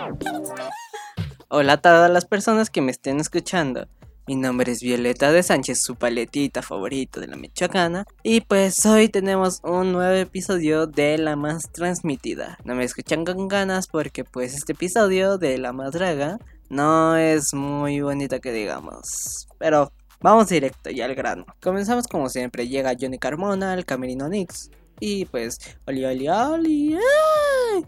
Hola a todas las personas que me estén escuchando. Mi nombre es Violeta de Sánchez, su paletita favorita de la Michoacana. Y pues hoy tenemos un nuevo episodio de La Más Transmitida. No me escuchan con ganas porque pues este episodio de La Más Draga no es muy bonito que digamos. Pero vamos directo y al grano. Comenzamos como siempre, llega Johnny Carmona, el Camerino Nix. Y pues, oli oli oli. ¡Ay!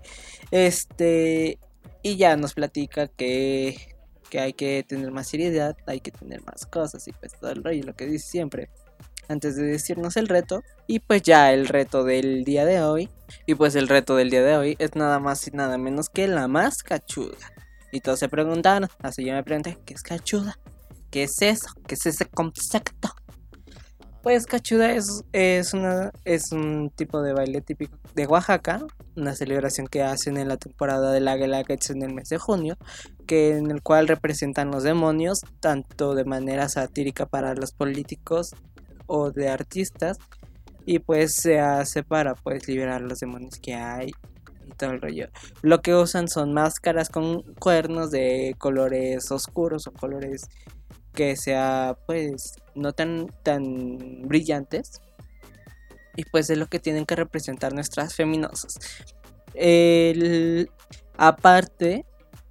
Y ya nos platica que hay que tener más seriedad, hay que tener más cosas y pues todo el rollo, lo que dice siempre. Antes de decirnos el reto, y pues ya el reto del día de hoy. Y pues el reto del día de hoy es nada más y nada menos que la más cachuda. Y todos se preguntaron, así yo me pregunté, ¿qué es cachuda? ¿Qué es eso? ¿Qué es ese concepto? Pues cachuda es un tipo de baile típico de Oaxaca, una celebración que hacen en la temporada del Águila que es en el mes de junio, en el cual representan los demonios, tanto de manera satírica para los políticos o de artistas, y pues se hace para pues liberar los demonios que hay y todo el rollo. Lo que usan son máscaras con cuernos de colores oscuros o colores que sea pues no tan brillantes, y pues es lo que tienen que representar nuestras feminosas. Aparte,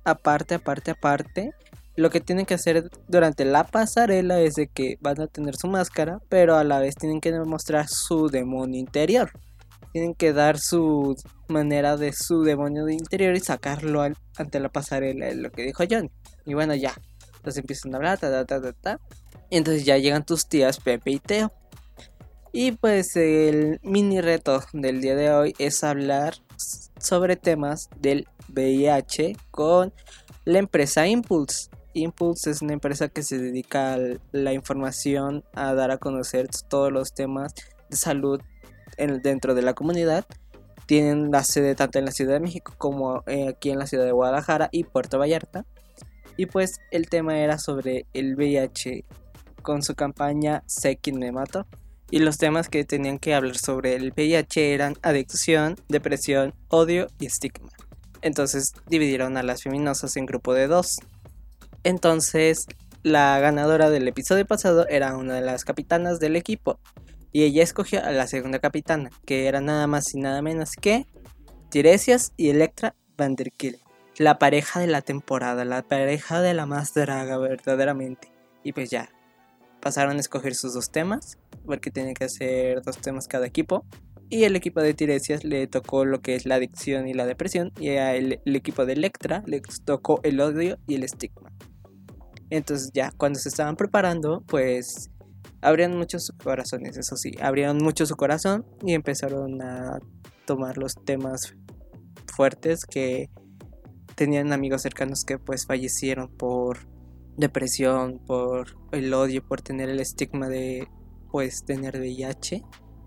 lo que tienen que hacer durante la pasarela es de que van a tener su máscara, pero a la vez tienen que demostrar su demonio interior. Tienen que dar su manera de su demonio de interior y sacarlo ante la pasarela, es lo que dijo Johnny. Y bueno, ya. Entonces empiezan a hablar, y entonces ya llegan tus tías Pepe y Teo. Y pues el mini reto del día de hoy es hablar sobre temas del VIH con la empresa Impulse. Impulse es una empresa que se dedica a la información, a dar a conocer todos los temas de salud dentro de la comunidad. Tienen la sede tanto en la Ciudad de México como aquí en la ciudad de Guadalajara y Puerto Vallarta. Y pues el tema era sobre el VIH con su campaña Sé quién me mató. Y los temas que tenían que hablar sobre el VIH eran adicción, depresión, odio y estigma. Entonces dividieron a las feminosas en grupo de 2. Entonces la ganadora del episodio pasado era una de las capitanas del equipo. Y ella escogió a la segunda capitana, que era nada más y nada menos que Tiresias y Electra Vanderkill. La pareja de la temporada, la pareja de la más draga verdaderamente. Y pues ya, pasaron a escoger sus 2 temas, porque tienen que hacer 2 temas cada equipo. Y el equipo de Tiresias le tocó lo que es la adicción y la depresión, y el equipo de Electra le tocó el odio y el estigma. Entonces ya, cuando se estaban preparando, pues abrieron mucho sus corazones, eso sí, abrieron mucho su corazón y empezaron a tomar los temas fuertes que tenían amigos cercanos que pues fallecieron por depresión, por el odio, por tener el estigma de pues tener VIH.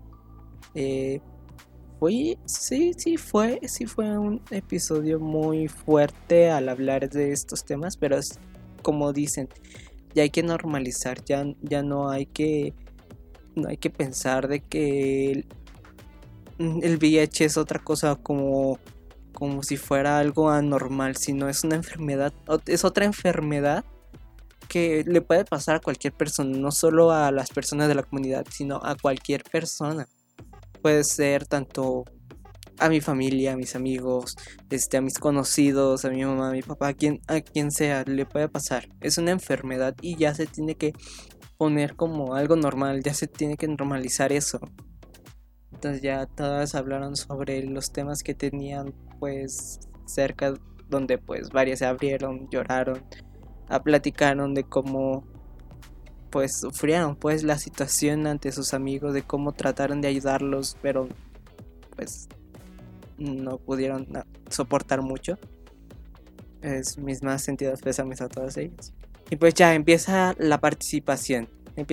Fue un episodio muy fuerte al hablar de estos temas, pero es como dicen, ya hay que normalizar, ya no hay que pensar de que el VIH es otra cosa como si fuera algo anormal, sino es una enfermedad, es otra enfermedad que le puede pasar a cualquier persona, no solo a las personas de la comunidad, sino a cualquier persona. Puede ser tanto a mi familia, a mis amigos, a mis conocidos, a mi mamá, a mi papá, a quien sea, le puede pasar. Es una enfermedad y ya se tiene que poner como algo normal, ya se tiene que normalizar eso. Entonces ya todas hablaron sobre los temas que tenían pues cerca, donde pues varias se abrieron, lloraron, platicaron de cómo pues sufrieron pues la situación ante sus amigos, de cómo trataron de ayudarlos, pero pues no pudieron soportar mucho. Mis más sentidos pésames a todas ellas. Y pues ya empieza la participación.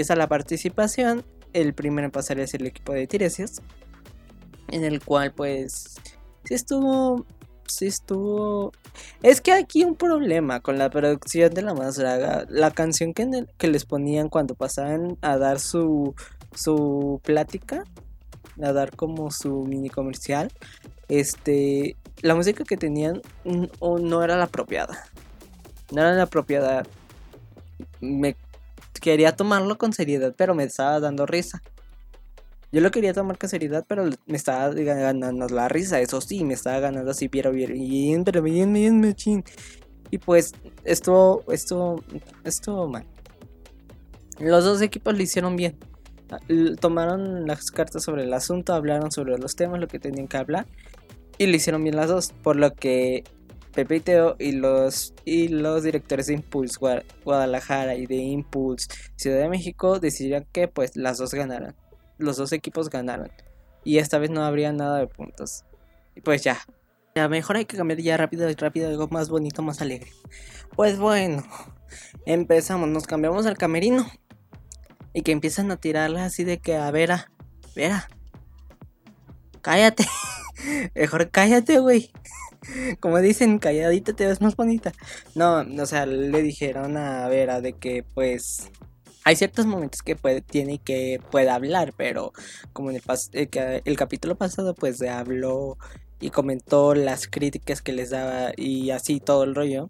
El primero en pasar es el equipo de Tiresias, en el cual pues sí estuvo. Es que aquí un problema con la producción de La Más Draga. La canción que les ponían cuando pasaban a dar su plática, a dar como su mini comercial, la música que tenían no era la apropiada. No era la apropiada. Me quería tomarlo con seriedad, pero me estaba dando risa. Yo lo quería tomar con seriedad, pero me estaba ganando la risa. Eso sí, me estaba ganando así, pero bien, machín. Y pues estuvo mal. Los dos equipos lo hicieron bien. Tomaron las cartas sobre el asunto, hablaron sobre los temas, lo que tenían que hablar. Y lo hicieron bien las dos. Por lo que Pepe y Teo y los directores de Impulse Guadalajara y de Impulse Ciudad de México decidieron que pues las dos ganaran. Los dos equipos ganaron. Y esta vez no habría nada de puntos. Y pues ya. Ya mejor hay que cambiar ya rápido, algo más bonito, más alegre. Pues bueno, empezamos, nos cambiamos al camerino. Y que empiezan a tirarla así de que a Vera, cállate. Mejor cállate, güey. Como dicen, calladita te ves más bonita. No, o sea, le dijeron a Vera de que pues hay ciertos momentos que tiene que puede hablar, pero como en el capítulo pasado pues se habló y comentó las críticas que les daba y así todo el rollo,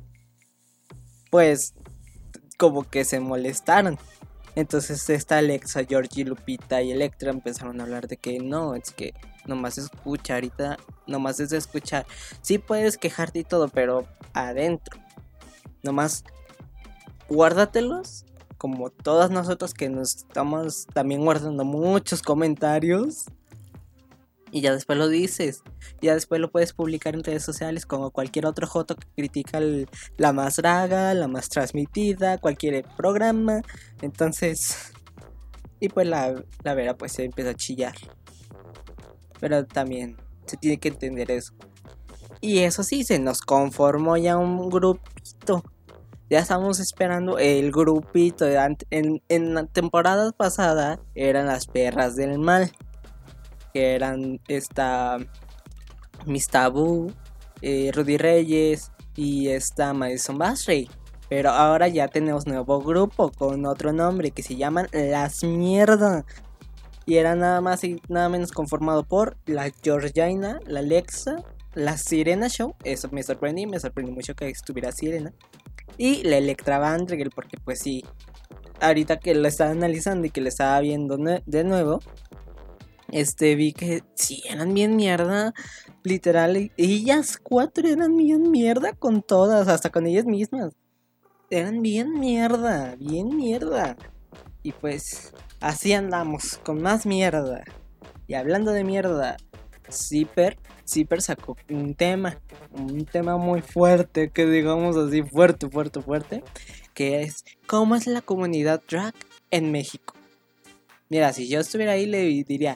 pues como que se molestaron. Entonces esta Alexa, Georgie, Lupita y Electra empezaron a hablar de que no, es que nomás escucha, ahorita nomás es de escuchar. Sí puedes quejarte y todo, pero adentro. Nomás guárdatelos, como todas nosotros que nos estamos también guardando muchos comentarios. Y ya después lo dices. Ya después lo puedes publicar en redes sociales como cualquier otro joto que critica la más draga, la más transmitida, cualquier programa. Entonces... Y pues la Vera pues se empieza a chillar. Pero también se tiene que entender eso. Y eso sí, se nos conformó ya un grupito. Ya estamos esperando el grupito. En la temporada pasada eran las perras del mal. Que eran Miss Tabú, Rudy Reyes y Madison Basrey. Pero ahora ya tenemos nuevo grupo con otro nombre que se llaman Las Mierda. Y era nada más y nada menos conformado por la Georgina, la Alexa, la Sirena Show. Eso me sorprendió mucho que estuviera Sirena. Y la Electra Van Dreghel, porque pues sí, ahorita que lo estaba analizando y que lo estaba viendo de nuevo, vi que sí, eran bien mierda, literal, ellas cuatro eran bien mierda con todas, hasta con ellas mismas. Eran bien mierda. Y pues, así andamos, con más mierda. Y hablando de mierda, Zipper sacó un tema muy fuerte, que digamos así, fuerte, que es, ¿cómo es la comunidad drag en México? Mira, si yo estuviera ahí le diría,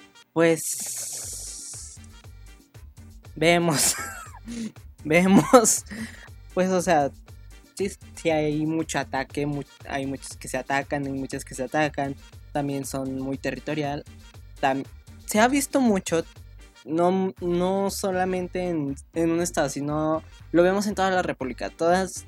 pues vemos, pues o sea, sí hay mucho ataque, hay muchos que se atacan, hay muchas que se atacan, también son muy territorial, se ha visto mucho, no solamente en un estado, sino lo vemos en toda la república, todas,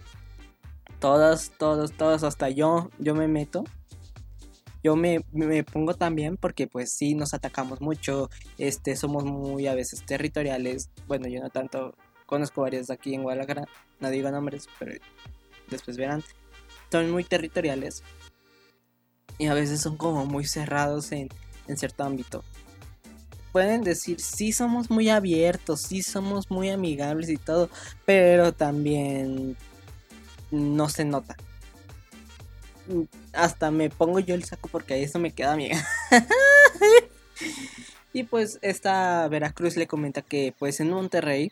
hasta yo me meto. Yo me pongo también porque pues sí nos atacamos mucho, somos muy a veces territoriales. Bueno, yo no tanto, conozco varios de aquí en Guadalajara, no digo nombres, pero después verán. Son muy territoriales y a veces son como muy cerrados en cierto ámbito. Pueden decir, sí somos muy abiertos, sí somos muy amigables y todo, pero también no se nota. Hasta me pongo yo el saco porque eso me queda bien. Y pues esta Veracruz le comenta que pues en Monterrey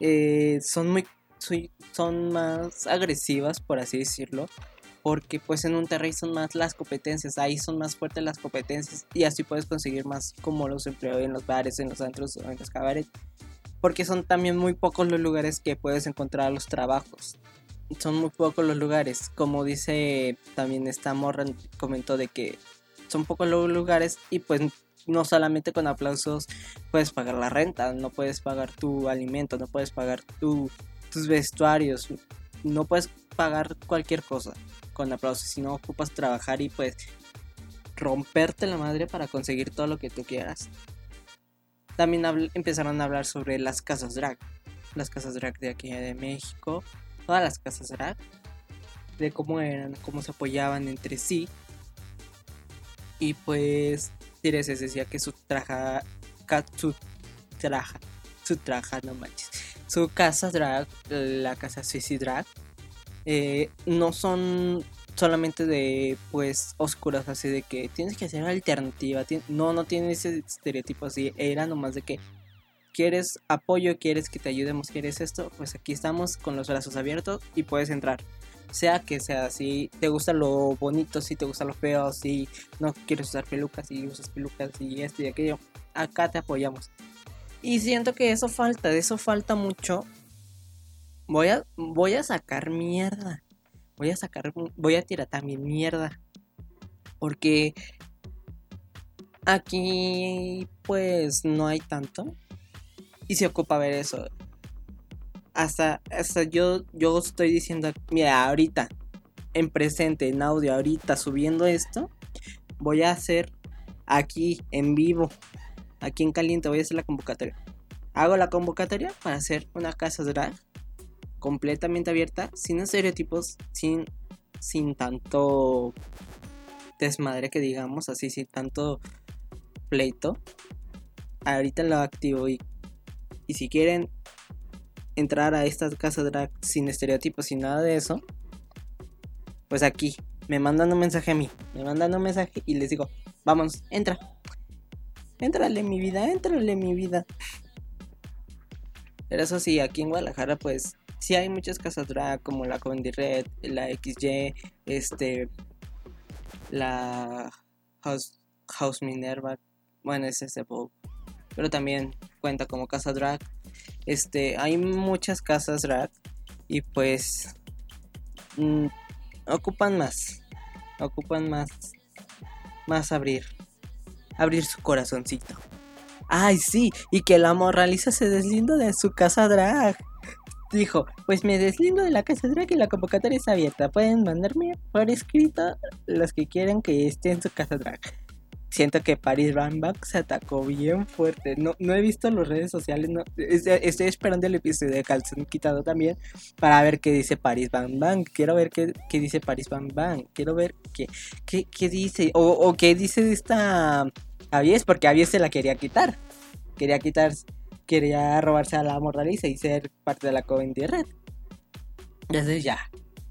son más agresivas, por así decirlo, porque pues en Monterrey son más las competencias, ahí son más fuertes las competencias y así puedes conseguir más como los empleos en los bares, en los antros o en los cabarets, porque son también muy pocos los lugares que puedes encontrar los trabajos. Son muy pocos los lugares, como dice también esta morra, comentó de que son pocos los lugares y pues no solamente con aplausos puedes pagar la renta, no puedes pagar tu alimento, no puedes pagar tus vestuarios, no puedes pagar cualquier cosa con aplausos, si no ocupas trabajar y pues romperte la madre para conseguir todo lo que tú quieras. También empezaron a hablar sobre las casas drag. Las casas drag de aquí de México. Todas las casas drag. De cómo eran, cómo se apoyaban entre sí. Y pues Tires decía que su traja, no manches. Su casa drag, la casa Sissy Drag, no son solamente de pues oscuras, así de que tienes que hacer alternativa. No tiene ese estereotipo así. Era nomás de que quieres apoyo, quieres que te ayudemos, quieres esto, pues aquí estamos con los brazos abiertos y puedes entrar. Sea que sea, si te gusta lo bonito, si te gusta lo feo, si no quieres usar pelucas, si usas pelucas y esto y aquello, acá te apoyamos. Y siento que eso falta mucho. Voy a sacar mierda. Voy a tirar también mierda. Porque aquí pues no hay tanto. Y se ocupa ver eso. Hasta yo estoy diciendo, mira, ahorita, en presente, en audio, ahorita subiendo esto, voy a hacer aquí, en vivo, aquí en caliente, voy a hacer la convocatoria. Hago la convocatoria para hacer una casa drag completamente abierta, sin estereotipos, sin tanto desmadre que digamos, así, sin tanto pleito. Ahorita lo activo y si quieren entrar a esta casa drag sin estereotipos, sin nada de eso, pues aquí me mandan un mensaje a mí, y les digo, vamos, éntrale mi vida. Pero eso sí, aquí en Guadalajara pues sí hay muchas casas drag como la Comedy Red, la XY, la House Minerva, bueno, es ese Bow, pero también cuenta como casa drag. Hay muchas casas drag y pues ocupan más abrir su corazoncito. Ay, sí, y que la morraliza se deslinda de su casa drag. Dijo, pues me deslindo de la casa drag y la convocatoria está abierta. Pueden mandarme por escrito los que quieran que esté en su casa drag. Siento que Paris Van Bang se atacó bien fuerte. No he visto las redes sociales. No, estoy esperando el episodio de Calzón Quitado también para ver qué dice Paris Van Bang. Quiero ver qué dice Paris Van Bang. Quiero ver qué dice. O qué dice de esta Avies, porque Avies se la quería quitar. Quería robarse a la Moraliza y ser parte de la Comedy Red. Entonces ya.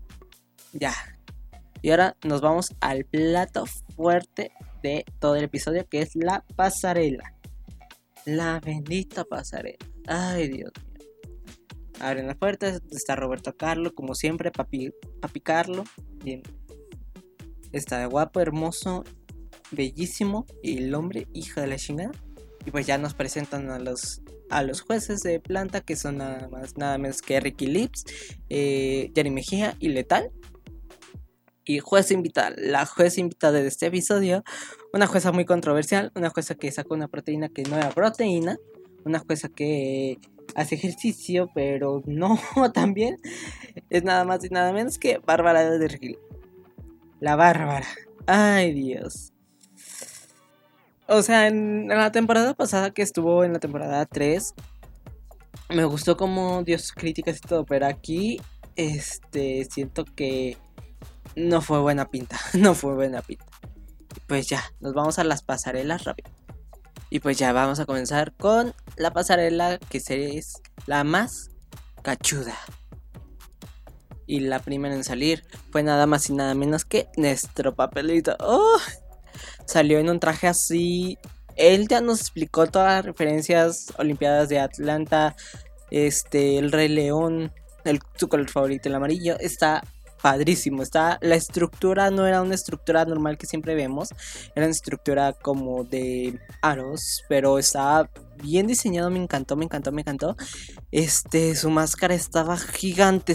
Y ahora nos vamos al plato fuerte de todo el episodio, que es la pasarela. La bendita pasarela. Ay, Dios mío. Abren las puertas, está Roberto Carlo, como siempre, papi Carlo. Bien. Está guapo, hermoso, bellísimo. Y el hombre, hijo de la chingada. Y pues ya nos presentan a los jueces de planta, que son nada menos que Ricky Lips, Jerry Mejía y Letal. Y jueza invitada, la jueza invitada de este episodio, una jueza muy controversial, una jueza que sacó una proteína que no era proteína, una jueza que hace ejercicio, pero no también, es nada más y nada menos que Bárbara de Regil. La Bárbara, ay Dios. O sea, en la temporada pasada, que estuvo en la temporada 3, me gustó cómo dio sus críticas y todo, pero aquí siento que no fue buena pinta. Pues ya, nos vamos a las pasarelas rápido. Y pues ya vamos a comenzar con la pasarela que es la más cachuda. Y la primera en salir fue nada más y nada menos que nuestro Papelito. ¡Oh! Salió en un traje así. Él ya nos explicó todas las referencias olimpiadas de Atlanta. El Rey León, su color favorito, el amarillo. Está padrísimo. La estructura no era una estructura normal que siempre vemos. Era una estructura como de aros, pero estaba bien diseñado. Me encantó. Su máscara estaba gigante.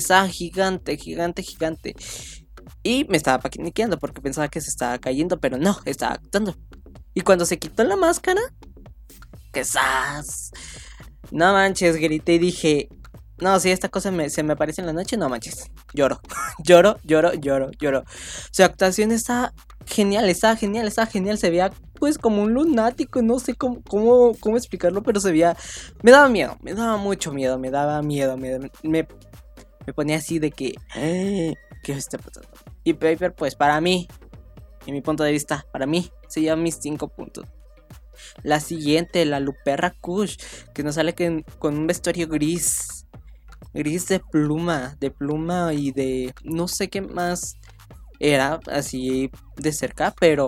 Y me estaba paniqueando porque pensaba que se estaba cayendo, pero no, estaba actuando. Y cuando se quitó la máscara, ¡qué sas! No manches, grité y dije, No, si esta cosa se me aparece en la noche, no manches. Lloro. Lloro, lloro, lloro, lloro. Su actuación está genial, está genial, está genial. Se veía pues como un lunático. No sé cómo explicarlo, pero se veía. Me daba miedo, me daba mucho miedo, me daba miedo. Me ponía así de que. ¿Qué está pasando? Y Paper, pues para mí, en mi punto de vista, para mí, se lleva mis 5 puntos. La siguiente, la Luperra Kush, que nos sale con un vestuario gris de pluma y de no sé qué más era así de cerca, pero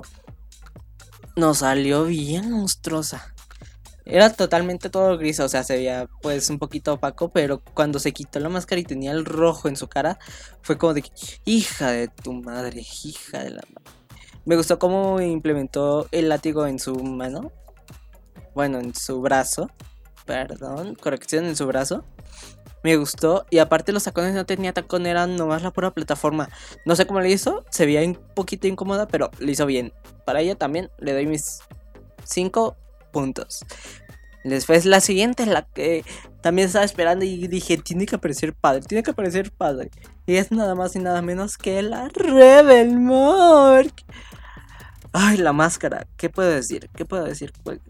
nos salió bien monstruosa. Era totalmente todo gris, o sea, se veía pues un poquito opaco, pero cuando se quitó la máscara y tenía el rojo en su cara, fue como de que, hija de tu madre, hija de la madre. Me gustó cómo implementó el látigo en su mano, bueno, en su brazo, perdón, corrección, en su brazo. Me gustó. Y aparte los tacones no tenía tacón, eran nomás la pura plataforma. No sé cómo le hizo. Se veía un poquito incómoda, pero le hizo bien. Para ella también le doy mis 5 puntos. Después la siguiente, la que también estaba esperando y dije, tiene que aparecer padre, tiene que aparecer padre. Y es nada más y nada menos que la Rebel Morgue. Ay, la máscara. ¿Qué puedo decir? ¿Qué puedo decir?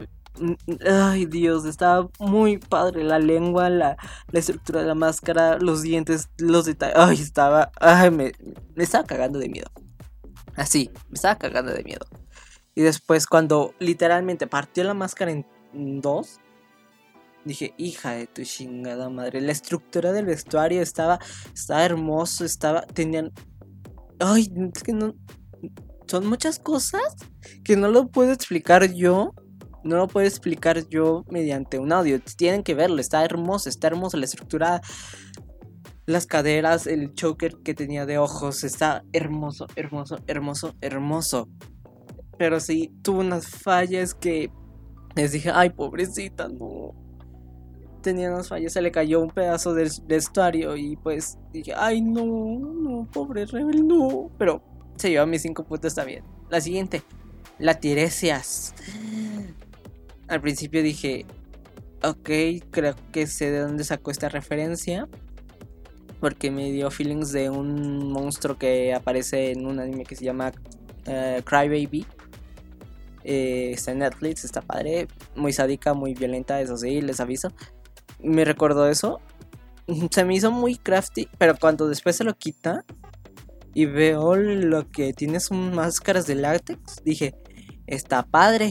Ay, Dios, estaba muy padre la lengua, la estructura de la máscara, los dientes, los detalles. Ay, estaba. Ay, me estaba cagando de miedo. Así, me estaba cagando de miedo. Y después, cuando literalmente partió la máscara en 2, dije, hija de tu chingada madre. La estructura del vestuario estaba hermoso, tenían. Ay, es que no. Son muchas cosas que no lo puedo explicar yo. No lo puedo explicar yo mediante un audio. Tienen que verlo. Está hermoso la estructura. Las caderas, el choker que tenía de ojos. Está hermoso, hermoso, hermoso, hermoso. Pero sí, tuvo unas fallas que les dije, ay, pobrecita, no. Tenía unas fallas, se le cayó un pedazo del vestuario. Y pues dije, ay, no, pobre Rebel, no. Pero se lleva mis 5 puntos, está bien. La siguiente, la Tiresias. Al principio dije, ok, creo que sé de dónde sacó esta referencia, porque me dio feelings de un monstruo que aparece en un anime que se llama Crybaby. Está en Netflix, está padre, muy sádica, muy violenta, eso sí, les aviso. Me recordó eso. Se me hizo muy crafty, pero cuando después se lo quita y veo lo que tiene son máscaras de látex, dije, está padre.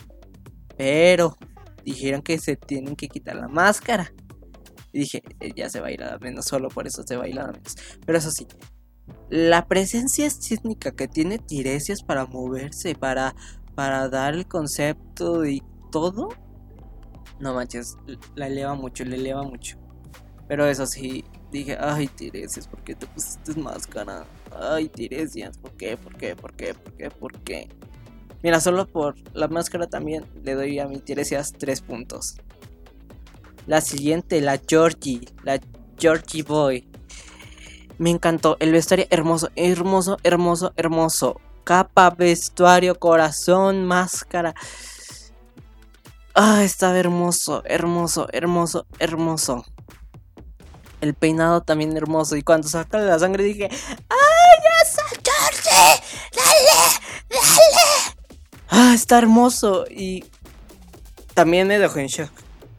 Pero dijeron que se tienen que quitar la máscara. Y dije, ya se va a ir a menos, solo por eso se va a ir a menos. Pero eso sí, la presencia escénica que tiene Tiresias para moverse, para dar el concepto y todo, no manches, la eleva mucho, le eleva mucho. Pero eso sí, dije, ay Tiresias, ¿por qué te pusiste máscara? Ay Tiresias, ¿por qué? Mira, solo por la máscara también le doy a mi Tiresias 3 puntos. La siguiente, la Georgie Boy. Me encantó, el vestuario hermoso, hermoso, hermoso, hermoso. Capa, vestuario, corazón, máscara. Ah, estaba hermoso, hermoso, hermoso, hermoso. El peinado también hermoso. Y cuando saca la sangre dije, ¡ay, esa Georgie! ¡Dale! Ah, está hermoso. Y también me dejó en shock.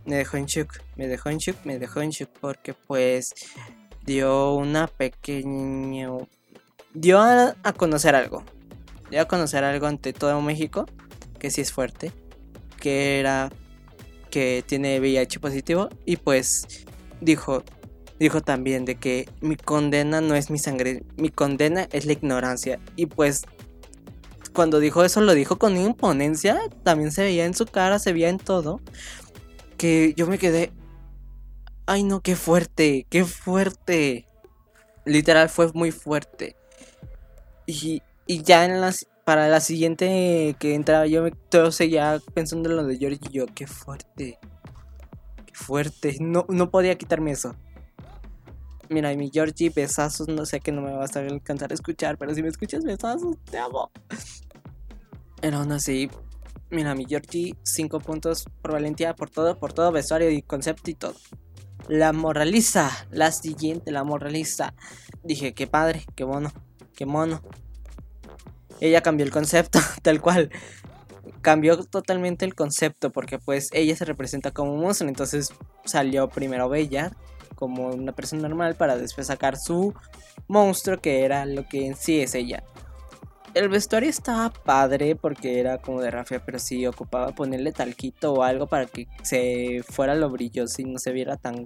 Porque pues dio una pequeña... Dio a conocer algo. Dio a conocer algo ante todo México. Que sí es fuerte. Que era... que tiene VIH positivo. Y pues dijo también de que mi condena no es mi sangre. Mi condena es la ignorancia. Y pues... cuando dijo eso, lo dijo con imponencia. También se veía en su cara, se veía en todo. Que yo me quedé, ay no, qué fuerte. Literal fue muy fuerte. Y ya para la siguiente que entraba yo seguía pensando en lo de Georgie y yo, qué fuerte. No podía quitarme eso. Mira, mi Georgie, besazos, no sé que no me vas a alcanzar a escuchar, pero si me escuchas, besazos, te amo. Pero aún así, mira, mi Georgie, 5 puntos por valentía, por todo, vestuario y concepto y todo. La moraliza, la siguiente, la moraliza. Dije, qué padre, qué mono, qué mono. Ella cambió el concepto, tal cual. Cambió totalmente el concepto porque pues ella se representa como un monstruo. Entonces salió primero Bella como una persona normal para después sacar su monstruo que era lo que en sí es ella. El vestuario estaba padre porque era como de rafia, pero sí ocupaba ponerle talquito o algo para que se fuera lo brilloso y no se viera tan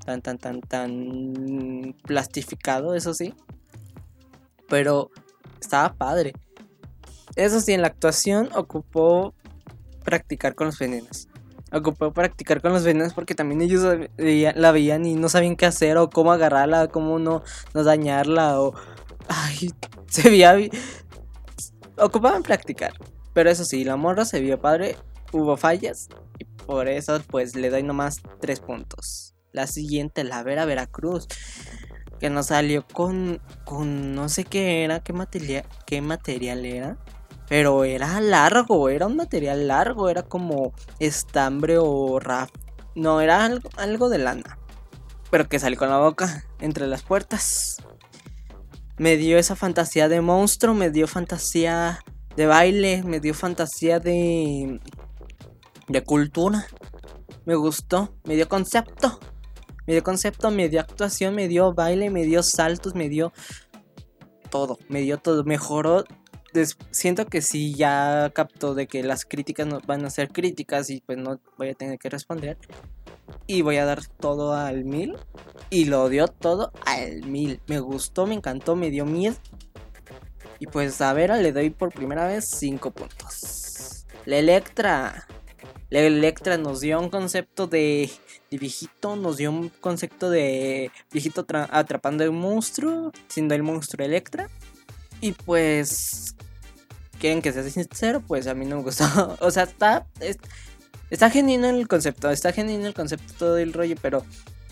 plastificado, eso sí. Pero estaba padre. Eso sí, en la actuación ocupó practicar con los venenos. Ocupó practicar con los venenos porque también ellos la veían y no sabían qué hacer o cómo agarrarla, cómo no dañarla o... Ay, se veía... Ocupaban practicar. Pero eso sí, la morra se vio padre. Hubo fallas. Y por eso pues le doy nomás 3 puntos. La siguiente, la Vera Veracruz. Que nos salió con no sé qué era. Qué material era. Pero era largo. Era un material largo. Era como estambre o raf. No, era algo de lana. Pero que salió con la boca entre las puertas. Me dio esa fantasía de monstruo, me dio fantasía de baile, me dio fantasía de cultura. Me gustó, me dio concepto, me dio actuación, me dio baile, me dio saltos, me dio todo, mejoró. Siento que sí ya captó de que las críticas no van a ser críticas y pues no voy a tener que responder. Y voy a dar todo al 1000. Y lo dio todo al 1000. Me gustó, me encantó, me dio miedo. Y pues a Vera le doy por primera vez 5 puntos. La Electra nos dio un concepto de viejito. Nos dio un concepto de viejito atrapando a un monstruo, siendo el monstruo Electra. Y pues... ¿Quieren que sea sincero? Pues a mí no me gustó. O sea, está genuino el concepto. Está genuino el concepto, todo el rollo. Pero...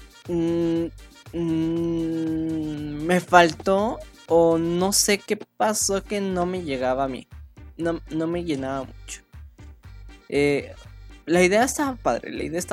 me faltó... O no sé qué pasó que no me llegaba a mí. No me llenaba mucho. La idea estaba padre.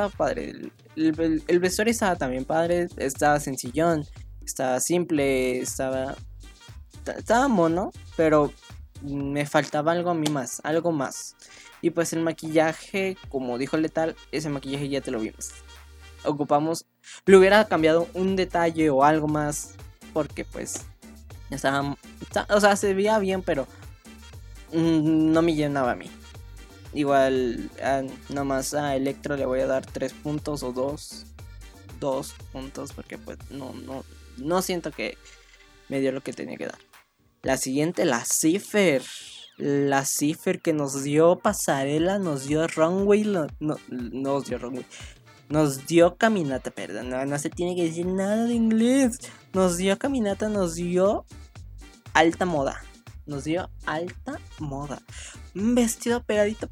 El vestuario estaba también padre. Estaba sencillón. Estaba simple. Estaba mono. Pero me faltaba algo a mí más. Algo más. Y pues el maquillaje, como dijo Letal, ese maquillaje ya te lo vimos. Ocupamos... Le hubiera cambiado un detalle o algo más. Porque pues... o sea, se veía bien, pero... no me llenaba a mí. Igual, nomás a Electro le voy a dar 3 puntos o 2 puntos. Porque pues no siento que me dio lo que tenía que dar. La siguiente, la Cipher. La Cipher que nos dio pasarela, nos dio runway, nos dio caminata, perdón, no se tiene que decir nada de inglés. Nos dio caminata, nos dio alta moda. Un vestido pegadito,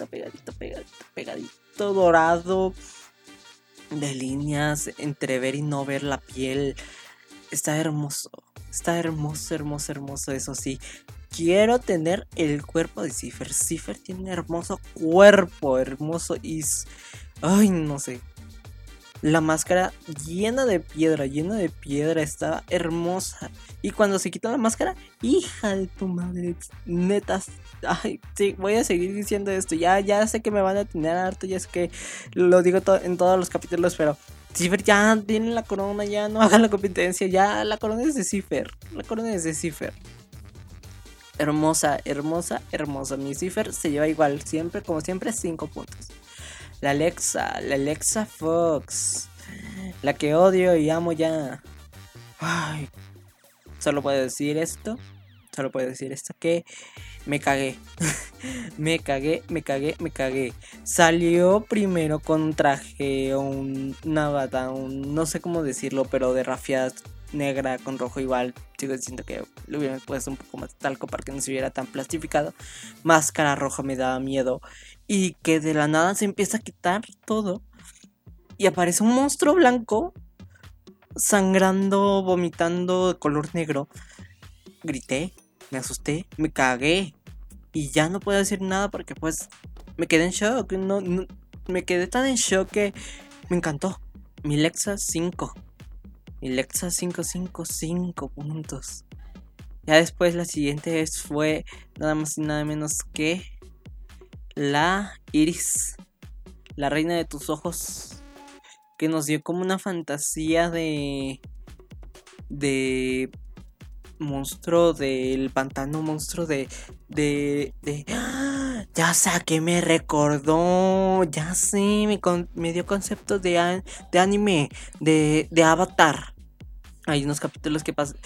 dorado, de líneas, entrever y no ver la piel. Está hermoso, eso sí. Quiero tener el cuerpo de Cipher. Cipher tiene un hermoso cuerpo, y... Ay, no sé. La máscara llena de piedra, estaba hermosa. Y cuando se quitó la máscara, hija de tu madre, netas. Ay, sí, voy a seguir diciendo esto. Ya sé que me van a tener harto, ya sé que lo digo en todos los capítulos, pero Cipher ya tiene la corona, ya no hagan la competencia, ya la corona es de Cipher. Hermosa. Mi Cipher se lleva igual, siempre, como siempre, 5 puntos. La Alexa Fox. La que odio y amo ya. Ay, solo puedo decir esto. Que me cagué. me cagué. Salió primero con un traje, una bata, no sé cómo decirlo, pero de rafias negra con rojo igual. Sigo diciendo que le hubiera puesto un poco más de talco para que no se viera tan plastificado. Máscara roja me daba miedo. Y que de la nada se empieza a quitar todo. Y aparece un monstruo blanco, sangrando, vomitando de color negro. Grité, me asusté, me cagué. Y ya no puedo decir nada porque pues me quedé en shock. Me quedé tan en shock que me encantó. Mi Lexa 5. Mi Lexa 5 puntos. Ya después la siguiente fue nada más y nada menos que la Iris, la reina de tus ojos, que nos dio como una fantasía de monstruo del pantano, monstruo de ¡Ah! Ya sé a qué me recordó, ya sé, me dio conceptos de anime, de Avatar. Hay unos capítulos que pasan.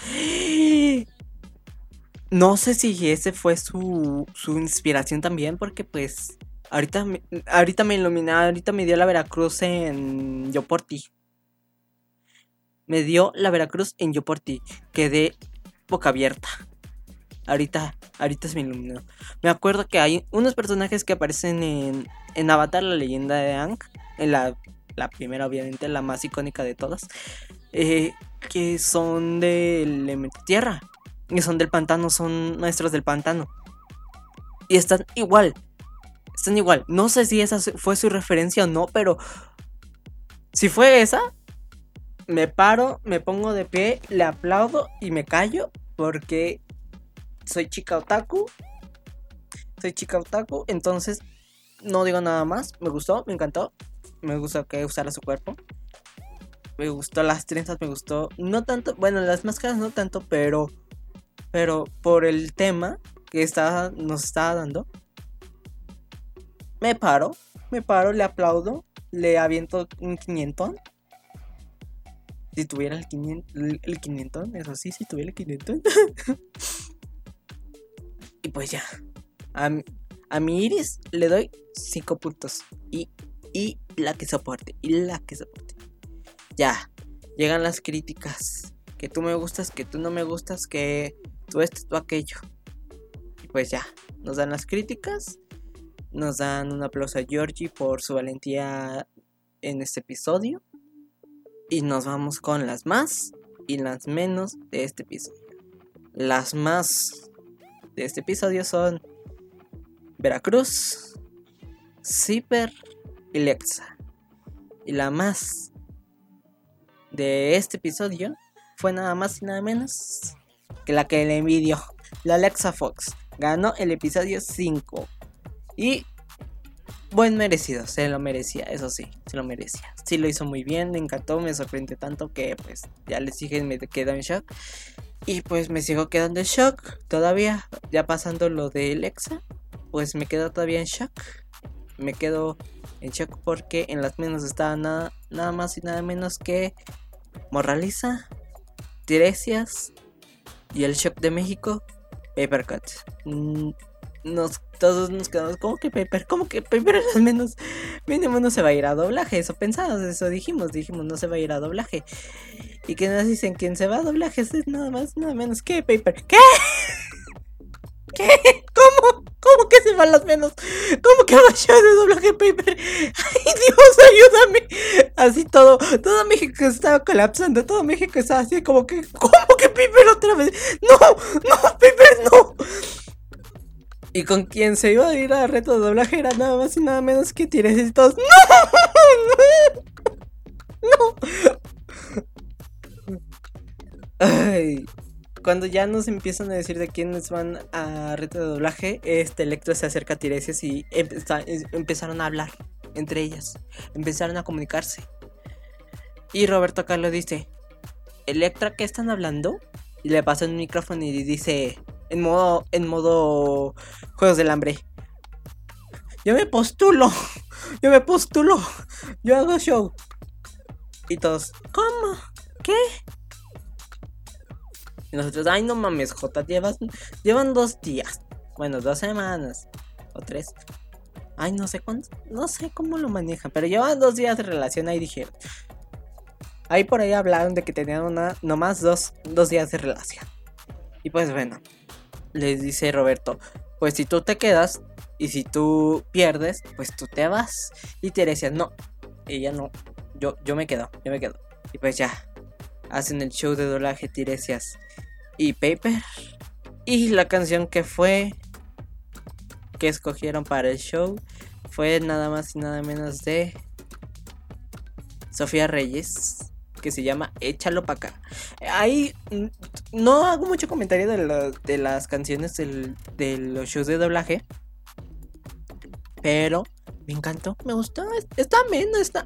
No sé si ese fue su inspiración también, porque pues ahorita me iluminé, ahorita me dio la Veracruz en Yo por Ti. Me dio la Veracruz en Yo por Ti. Quedé boca abierta. Ahorita se me iluminó. Me acuerdo que hay unos personajes que aparecen en Avatar, la leyenda de Aang. En la primera, obviamente, la más icónica de todas. Que son del elemento tierra. Y son del pantano, son maestros del pantano. Y están igual. No sé si esa fue su referencia o no, pero si fue esa, me paro, me pongo de pie, le aplaudo y me callo porque soy chica otaku, entonces no digo nada más. Me gustó, me encantó, me gustó que usara su cuerpo, me gustó las trenzas, me gustó, no tanto, bueno, las máscaras no tanto, pero por el tema que nos estaba dando, me paro, le aplaudo, le aviento un 500. Si tuviera el 500, eso sí, si tuviera el 500. Y pues ya. A mi Iris le doy 5 puntos. Y la que soporte. Ya. Llegan las críticas. Que tú me gustas, que tú no me gustas, que tú esto, tú aquello. Y pues ya. Nos dan las críticas. Nos dan un aplauso a Georgie por su valentía en este episodio. Y nos vamos con las más y las menos de este episodio. Las más de este episodio son Veracruz, Zipper y Lexa. Y la más de este episodio fue nada más y nada menos que la que le envidió, la Lexa Fox. Ganó el episodio 5. Y buen merecido, se lo merecía, eso sí, se lo merecía. Sí lo hizo muy bien, me encantó, me sorprendió tanto que pues ya les dije, me quedo en shock. Y pues me sigo quedando en shock todavía, ya pasando lo de Lexa, pues me quedo todavía en shock. Me quedo en shock porque en las menos estaba nada más y nada menos que Morraliza, Tiresias y el shock de México, Papercut. Todos nos quedamos, ¿cómo que Paper al menos mínimo no se va a ir a doblaje? Eso pensamos, eso dijimos, no se va a ir a doblaje. Y que nos dicen, ¿quién se va a doblaje? Es nada más, nada menos que Paper. ¿Qué? ¿Cómo que se van las menos? ¿Cómo que va de doblaje Paper? ¡Ay, Dios, ayúdame! Así todo México estaba colapsando, todo México estaba así como que, ¿cómo que Paper otra vez? ¡No, Paper, no! Y con quien se iba a ir a reto de doblaje era nada más y nada menos que Tiresias y todos. ¡No! Ay, cuando ya nos empiezan a decir de quiénes van a reto de doblaje, Electro se acerca a Tiresias y empezaron a hablar entre ellas. Empezaron a comunicarse. Y Roberto Carlos dice, ¿Electra qué están hablando? Y le pasa un micrófono y dice... En modo Juegos del Hambre. Yo me postulo. Yo hago show. Y todos, ¿cómo? ¿Qué? Y nosotros, ay, no mames, Jota, llevan 2 días. Bueno, 2 semanas. O 3. Ay, no sé cuánto. No sé cómo lo manejan. Pero llevan 2 días de relación. Ahí dijeron. Ahí por ahí hablaron de que tenían nomás 2 días de relación. Y pues bueno. Les dice Roberto, pues si tú te quedas y si tú pierdes, pues tú te vas. Y Tiresias, no, ella no, yo me quedo. Y pues ya, hacen el show de doblaje Tiresias y Paper. Y la canción que escogieron para el show fue nada más y nada menos de Sofía Reyes, que se llama Échalo pa' acá. Ahí no hago mucho comentario de las canciones de los shows de doblaje, pero me encantó, me gustó. Está ameno, está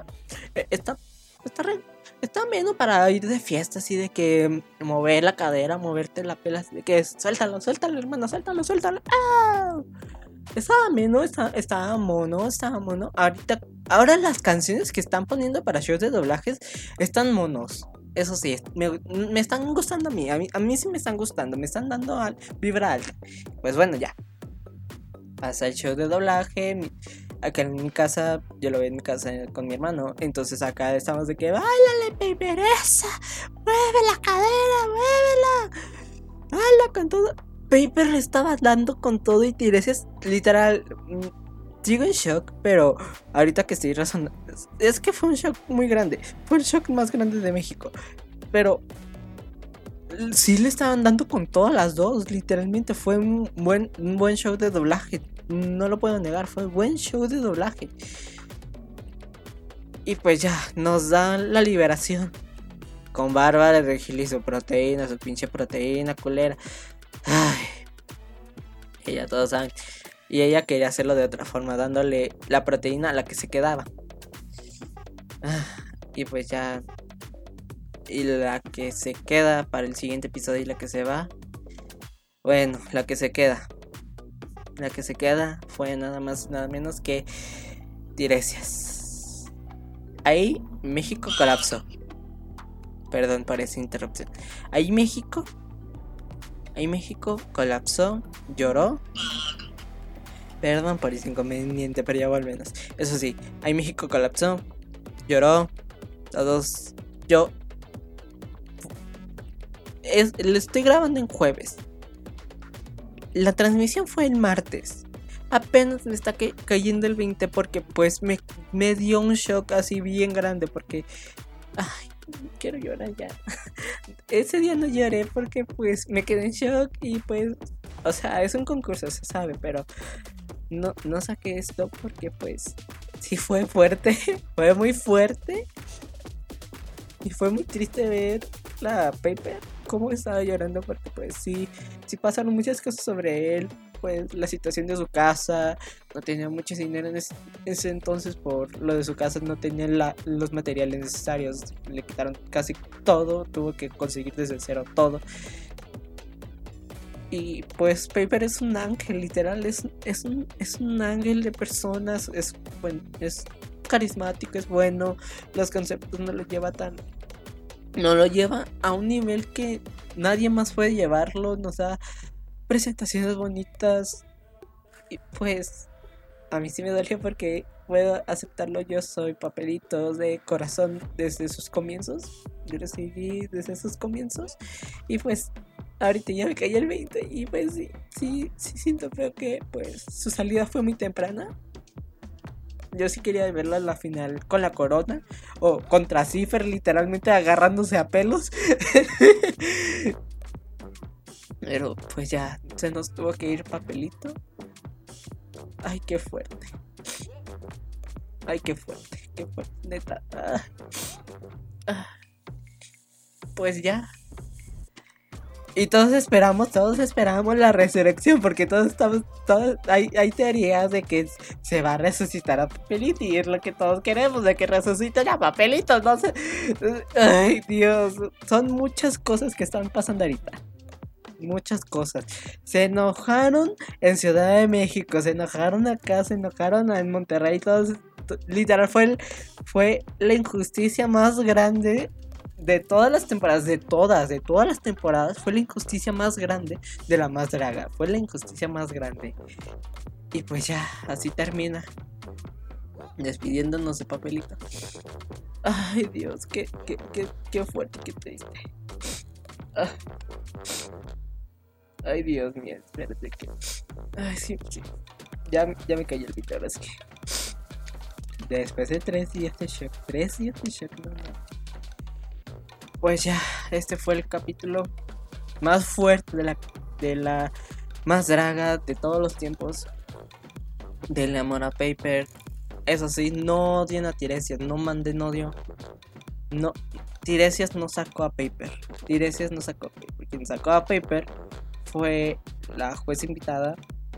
ameno para ir de fiesta, así de que mover la cadera, moverte la pela, así de que suéltalo, hermano, suéltalo. ¡Ah! Está ameno, está mono. Ahora las canciones que están poniendo para shows de doblajes están monos. Eso sí, me están gustando a mí sí me están gustando, me están dando vibra alta. Pues bueno, ya. Pasa el show de doblaje. Acá en mi casa, yo lo veo en mi casa con mi hermano. Entonces acá estamos de que ¡báilale, Paperessa! ¡Mueve la cadera, muévela! ¡Hala con todo! Paper le estaba dando con todo y Tiresias, literal, sigo en shock, pero ahorita que estoy razonando, es que fue un shock muy grande, fue el shock más grande de México, pero sí le estaban dando con todas las dos, literalmente fue un buen show de doblaje, no lo puedo negar, fue un buen show de doblaje. Y pues ya, nos dan la liberación con Bárbara de Regil y su proteína, su pinche proteína culera. Ay, ella todos saben. Y ella quería hacerlo de otra forma, dándole la proteína a la que se quedaba. Y pues ya. Y la que se queda para el siguiente episodio y la que se va. Bueno, la que se queda. La que se queda fue nada más, nada menos que Tiresias. Ahí México colapsó. Perdón por esa interrupción. Ahí México colapsó, lloró. Perdón por ese inconveniente, pero ya volvemos. Eso sí, ahí México colapsó, lloró. Todos. Lo estoy grabando en jueves. La transmisión fue el martes. Apenas me está cayendo el 20 porque pues me dio un shock así bien grande porque... Ay, quiero llorar ya. Ese día no lloré porque pues me quedé en shock y pues... O sea, es un concurso, se sabe, pero... No saqué esto porque pues... Sí fue fuerte, fue muy fuerte. Y fue muy triste ver la Paper cómo estaba llorando porque pues sí pasaron muchas cosas sobre él. Pues la situación de su casa, no tenía mucho dinero en ese entonces por lo de su casa, no tenía los materiales necesarios, le quitaron casi todo, tuvo que conseguir desde cero todo. Y pues Paper es un ángel, literal, es un ángel de personas, es carismático, es bueno, los conceptos no lo lleva a un nivel que nadie más puede llevarlo, nos da presentaciones bonitas y pues a mí sí me duele porque puedo aceptarlo, yo soy Papelitos de corazón desde sus comienzos, yo lo seguí desde sus comienzos y pues ahorita ya me caí el 20 y pues sí siento feo que pues su salida fue muy temprana. Yo sí quería verla en la final con la corona o contra Cipher literalmente agarrándose a pelos. Pero pues ya se nos tuvo que ir Papelito. Ay, qué fuerte. Neta. Pues ya. Y todos esperamos la resurrección, porque todos hay teorías de que se va a resucitar a Papelito y es lo que todos queremos, de que resuciten a Papelito, no sé. Ay, Dios, son muchas cosas que están pasando ahorita. Muchas cosas. Se enojaron en Ciudad de México, se enojaron acá, se enojaron en Monterrey, todos, literal fue la injusticia más grande de todas las temporadas, de todas las temporadas, fue la injusticia más grande de la más draga, fue la injusticia más grande. Y pues ya, así termina, despidiéndonos de Papelito. Ay, Dios, qué fuerte, qué triste. Ay, Dios mío, espérate que... Ay, sí. Ya me cayó el pito, ahora es que... Después de 3 días de shock, no. Pues ya, este fue el capítulo más fuerte de la más draga de todos los tiempos. Del amor a Paper. Eso sí, no odien a Tiresias, no manden odio. No, Tiresias no sacó a Paper. Tiresias no sacó a Paper. Quien sacó a Paper fue la jueza invitada.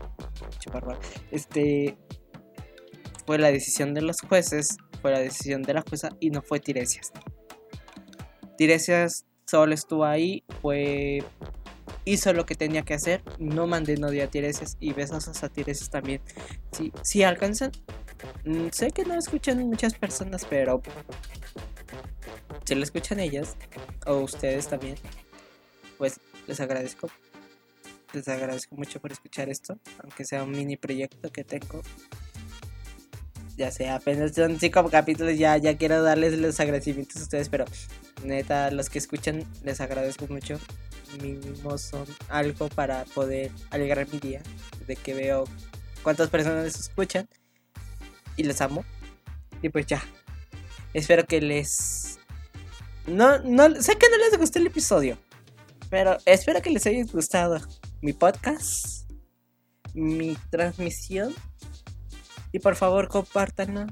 Fue la decisión de los jueces, fue la decisión de la jueza y no fue Tiresias. Tiresias solo estuvo ahí, hizo lo que tenía que hacer. No manden odio a Tiresias y besos a Tiresias también. Si alcanzan, sé que no escuchan muchas personas, pero si lo escuchan ellas o ustedes también, pues les agradezco mucho por escuchar esto, aunque sea un mini proyecto que tengo. Ya sé, apenas son 5 capítulos, ya quiero darles los agradecimientos a ustedes, pero neta, los que escuchan les agradezco mucho. Mínimo son algo para poder alegrar mi día, de que veo cuántas personas les escuchan y les amo. Y pues ya, espero que les... No, sé que no les gustó el episodio, pero espero que les haya gustado mi podcast, mi transmisión. Y por favor, compártanlo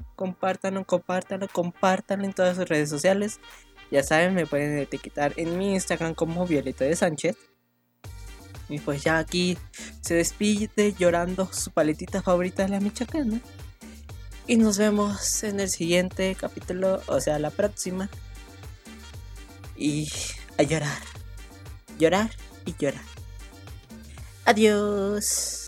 en todas sus redes sociales. Ya saben, me pueden etiquetar en mi Instagram como Violeta de Sánchez. Y pues ya aquí se despide llorando su paletita favorita de la michoacana. Y nos vemos en el siguiente capítulo, o sea, la próxima. Y a llorar. Llorar y llorar. Adiós.